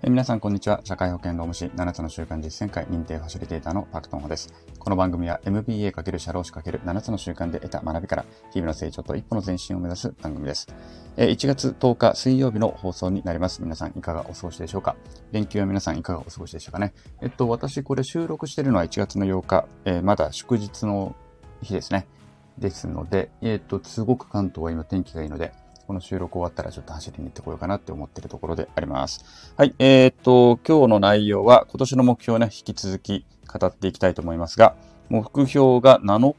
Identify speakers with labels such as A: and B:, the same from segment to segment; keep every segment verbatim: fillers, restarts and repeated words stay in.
A: え皆さんこんにちは。社会保険労務士ななつの習慣実践会認定ファシリテーターのパクトンホです。この番組は エムビーエー× 社労士×ななつの習慣で得た学びから日々の成長と一歩の前進を目指す番組です。いちがつとおか水曜日の放送になります。皆さんいかがお過ごしでしょうか。連休は皆さんいかがお過ごしでしょうかね。えっと、私これ収録しているのはいちがつのようか、えー、まだ祝日の日ですね。ですので、えっと、すごく関東は今天気がいいので、この収録終わったらちょっと走りに行ってこようかなって思っているところであります。はい。えー、っと、今日の内容は今年の目標をね、引き続き語っていきたいと思いますが、目標が 7,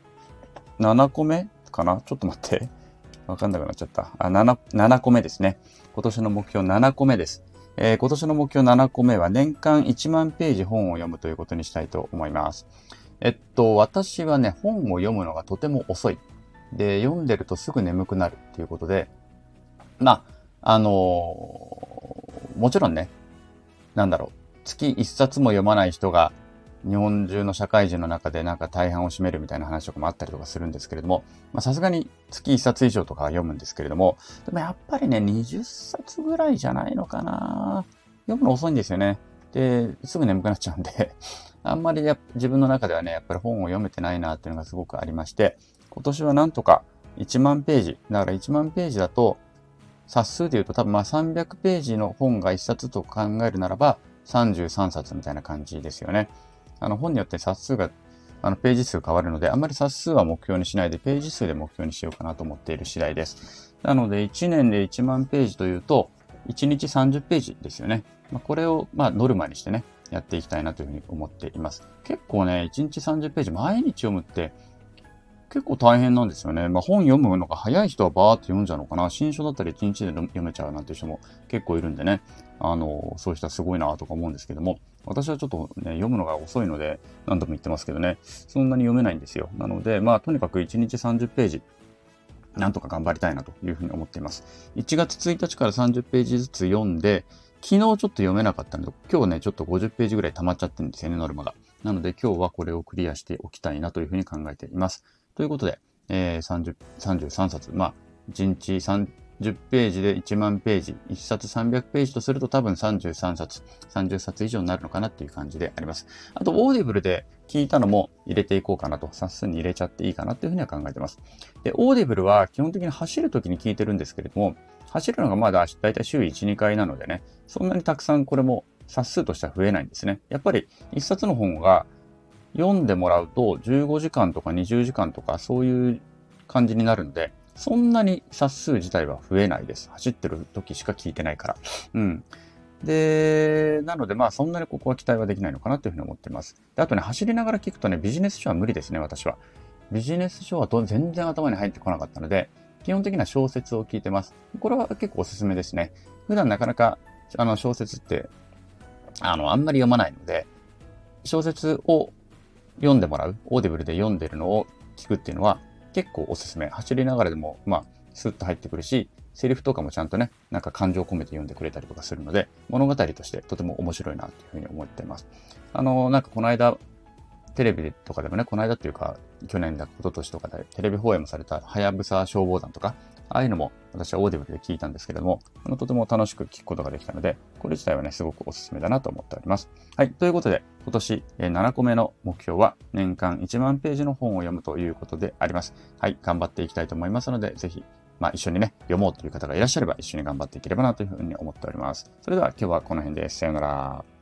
A: 7個目かなちょっと待って。わかんなくなっちゃった。あ、7、ななこめですね。今年の目標ななこめです。えー、今年の目標ななこめは年間いちまんページ本を読むということにしたいと思います。えっと、私はね、本を読むのがとても遅い。で、読んでるとすぐ眠くなるっていうことで、まあ、あのー、もちろんね、なんだろう、月一冊も読まない人が日本中の社会人の中でなんか大半を占めるみたいな話とかもあったりとかするんですけれども、まあさすがに月一冊以上とかは読むんですけれども、でもやっぱりね、にじゅっさつぐらいじゃないのかな。読むの遅いんですよね。で、すぐ眠くなっちゃうんで、あんまりや自分の中ではね、やっぱり本を読めてないなっていうのがすごくありまして、今年はなんとかいちまんページ、だからいちまんページだと、冊数で言うと多分まあさんびゃくページの本がいっさつと考えるならばさんじゅうさんさつみたいな感じですよね。あの本によって冊数が、あのページ数変わるので、あんまり冊数は目標にしないでページ数で目標にしようかなと思っている次第です。なのでいちねんでいちまんページというといちにちさんじゅっページですよね。まあ、これをまあノルマにしてね、やっていきたいなというふうに思っています。結構ね、いちにちさんじゅっページ毎日読むって結構大変なんですよね。まあ本読むのが早い人はバーって読んじゃうのかな。新書だったらいちにちで読めちゃうなんていう人も結構いるんでね。あの、そういう人はすごいなとか思うんですけども、私はちょっとね、読むのが遅いので、何度も言ってますけどね、そんなに読めないんですよ。なので、まあとにかくいちにちさんじゅっページ、なんとか頑張りたいなというふうに思っています。いちがつついたちからさんじゅっページずつ読んで、昨日ちょっと読めなかったので、今日ね、ちょっとごじゅっページぐらい溜まっちゃってるんですよね、ノルマが。なので今日はこれをクリアしておきたいなというふうに考えています。ということで、えー、さんじゅう、さんじゅうさんさつ、まあ、いちにちさんじゅっページでいちまんページ、いっさつさんびゃくページとすると多分さんじゅうさんさつ、さんじゅっさつ以上になるのかなっていう感じであります。あと、オーディブルで聞いたのも入れていこうかなと、冊数に入れちゃっていいかなっていうふうには考えてます。で、オーディブルは基本的に走るときに聞いてるんですけれども、走るのがまだだいたい週いち、にかいなのでね、そんなにたくさんこれも冊数としては増えないんですね。やっぱりいっさつの本が読んでもらうとじゅうごじかんとかにじゅうじかんとかそういう感じになるので、そんなに冊数自体は増えないです。走ってる時しか聞いてないから。うん。で、なのでまあそんなにここは期待はできないのかなというふうに思っています。で、あとね、走りながら聞くとね、ビジネス書は無理ですね、私は。ビジネス書は全然頭に入ってこなかったので、基本的な小説を聞いてます。これは結構おすすめですね。普段なかなかあの小説ってあのあんまり読まないので、小説を読んでもらう、オーディブルで読んでるのを聞くっていうのは結構おすすめ。走りながらでも、まあ、スッと入ってくるし、セリフとかもちゃんとね、なんか感情を込めて読んでくれたりとかするので、物語としてとても面白いなというふうに思っています。あの、なんかこの間、テレビとかでもね、この間っていうか、去年だ、一昨年とかでテレビ放映もされた、はやぶさ消防団とか、ああいうのも私はオーディブルで聞いたんですけれども、あのとても楽しく聞くことができたので、これ自体はね、すごくおすすめだなと思っております。はい。ということで、今年ななこめの目標は、年間いちまんページの本を読むということであります。はい。頑張っていきたいと思いますので、ぜひ、まあ一緒にね、読もうという方がいらっしゃれば、一緒に頑張っていければなというふうに思っております。それでは今日はこの辺です。さようなら。